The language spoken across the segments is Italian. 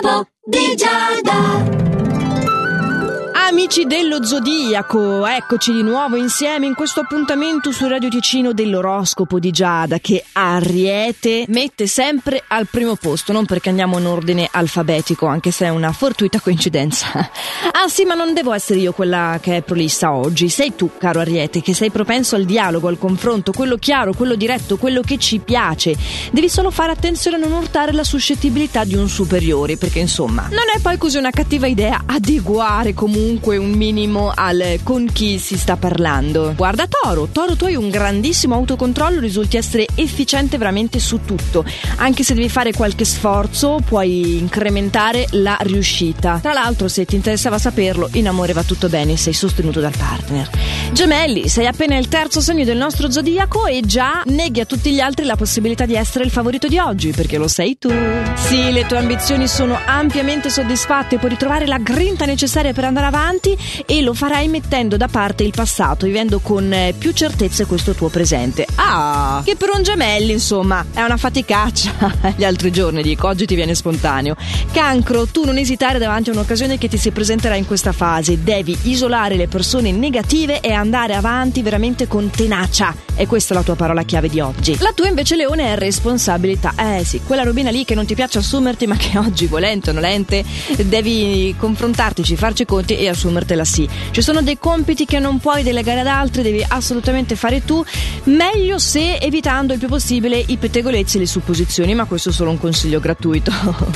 L'oroscopo di Giada. Amici dello Zodiaco, eccoci di nuovo insieme in questo appuntamento su Radio Ticino dell'oroscopo di Giada, che Ariete mette sempre al primo posto, non perché andiamo in ordine alfabetico, anche se è una fortuita coincidenza. Ah sì, ma non devo essere io quella che è prolissa oggi, sei tu, caro Ariete, che sei propenso al dialogo, al confronto, quello chiaro, quello diretto, quello che ci piace. Devi solo fare attenzione a non urtare la suscettibilità di un superiore, perché insomma non è poi così una cattiva idea adeguare comunque un minimo con chi si sta parlando. Guarda Toro, tu hai un grandissimo autocontrollo, risulti essere efficiente veramente su tutto. Anche se devi fare qualche sforzo, puoi incrementare la riuscita. Tra l'altro, se ti interessava saperlo, in amore va tutto bene, sei sostenuto dal partner. Gemelli, sei appena il terzo segno del nostro zodiaco e già neghi a tutti gli altri la possibilità di essere il favorito di oggi, perché lo sei tu. Sì, le tue ambizioni sono ampiamente soddisfatte, puoi ritrovare la grinta necessaria per andare avanti e lo farai mettendo da parte il passato, vivendo con più certezze questo tuo presente. Ah, che per un Gemelli insomma è una faticaccia. Gli altri giorni dico, oggi ti viene spontaneo. Cancro, tu non esitare davanti a un'occasione che ti si presenterà in questa fase, devi isolare le persone negative e andare avanti veramente con tenacia. E questa è la tua parola chiave di oggi. La tua invece Leone è responsabilità. Sì, quella robina lì che non ti piace assumerti, ma che oggi volente o nolente devi confrontartici, farci conti e assumertela sì. Ci sono dei compiti che non puoi delegare ad altri, devi assolutamente fare tu, meglio se evitando il più possibile i pettegolezzi e le supposizioni, ma questo è solo un consiglio gratuito.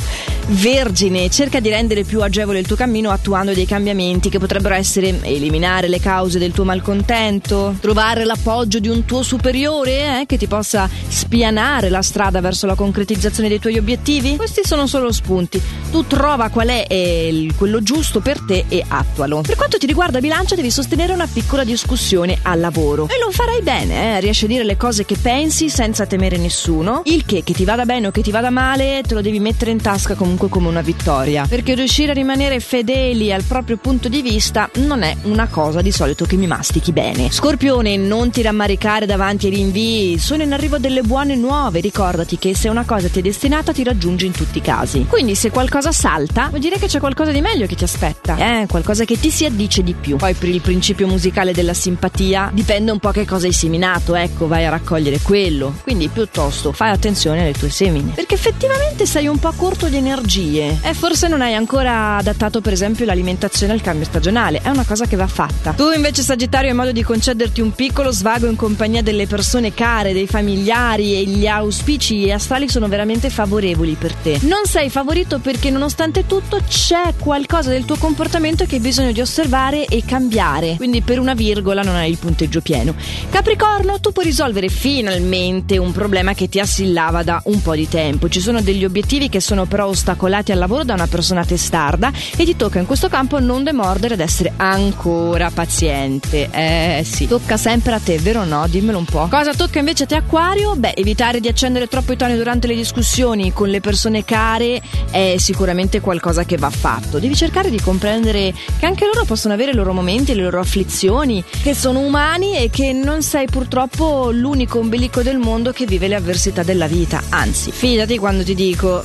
Vergine, cerca di rendere più agevole il tuo cammino attuando dei cambiamenti che potrebbero essere eliminare le cause del tuo malcontento, trovare l'appoggio di un tuo superiore che ti possa spianare la strada verso la concretizzazione dei tuoi obiettivi. Questi sono solo spunti, tu trova qual è quello giusto per te e attualo. Per quanto ti riguarda Bilancia, devi sostenere una piccola discussione al lavoro e lo farai bene, riesci a dire le cose che pensi senza temere nessuno, il che ti vada bene o che ti vada male te lo devi mettere in tasca comunque come una vittoria, perché riuscire a rimanere fedeli al proprio punto di vista non è una cosa di solito che mi mastichi bene. Scorpione, non ti rammaricare davanti ai rinvii, sono in arrivo delle buone nuove, ricordati che se una cosa ti è destinata ti raggiunge in tutti i casi, quindi se qualcosa salta vuol dire che c'è qualcosa di meglio che ti aspetta, qualcosa che ti si addice di più. Poi per il principio musicale della simpatia dipende un po' che cosa hai seminato, vai a raccogliere quello, quindi piuttosto fai attenzione alle tue semine, perché effettivamente sei un po' corto di energie e forse non hai ancora adattato per esempio l'alimentazione al cambio stagionale, è una cosa che va fatta. Tu invece Sagittario hai modo di concederti un piccolo svago in compagnia delle persone care, dei familiari, e gli auspici astrali sono veramente favorevoli per te. Non sei favorito perché nonostante tutto c'è qualcosa del tuo comportamento che hai bisogno di osservare e cambiare, quindi per una virgola non hai il punteggio pieno. Capricorno, tu puoi risolvere finalmente un problema che ti assillava da un po' di tempo. Ci sono degli obiettivi che sono però ostacolati al lavoro da una persona testarda e ti tocca in questo campo non demordere ed essere ancora paziente. Sì, tocca sempre a te, vero o no? Dimmelo un po'. Cosa tocca invece a te Acquario? Evitare di accendere troppo i toni durante le discussioni con le persone care è sicuramente qualcosa che va fatto. Devi cercare di comprendere che anche loro possono avere i loro momenti, le loro afflizioni, che sono umani e che non sei purtroppo l'unico ombelico del mondo che vive le avversità della vita. Anzi, fidati quando ti dico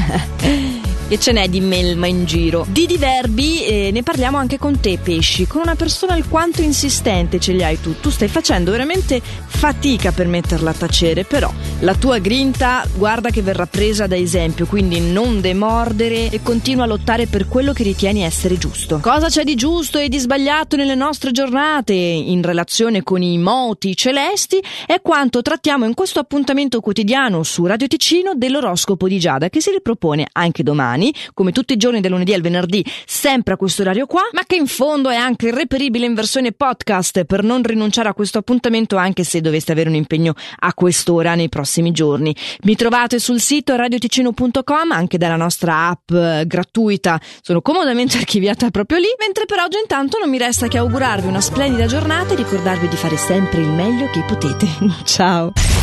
che ce n'è di melma in giro. Di diverbi ne parliamo anche con te Pesci, con una persona alquanto insistente ce li hai tu stai facendo veramente fatica per metterla a tacere, però la tua grinta guarda che verrà presa da esempio, quindi non demordere e continua a lottare per quello che ritieni essere giusto. Cosa c'è di giusto e di sbagliato nelle nostre giornate in relazione con i moti celesti è quanto trattiamo in questo appuntamento quotidiano su Radio Ticino dell'oroscopo di Giada, che si ripropone anche domani, come tutti i giorni, dal lunedì al venerdì, sempre a questo orario qua, ma che in fondo è anche reperibile in versione podcast per non rinunciare a questo appuntamento anche se doveste avere un impegno a quest'ora nei prossimi giorni. Mi trovate sul sito radioticino.com, anche dalla nostra app gratuita, sono comodamente archiviata proprio lì, mentre per oggi intanto non mi resta che augurarvi una splendida giornata e ricordarvi di fare sempre il meglio che potete. Ciao!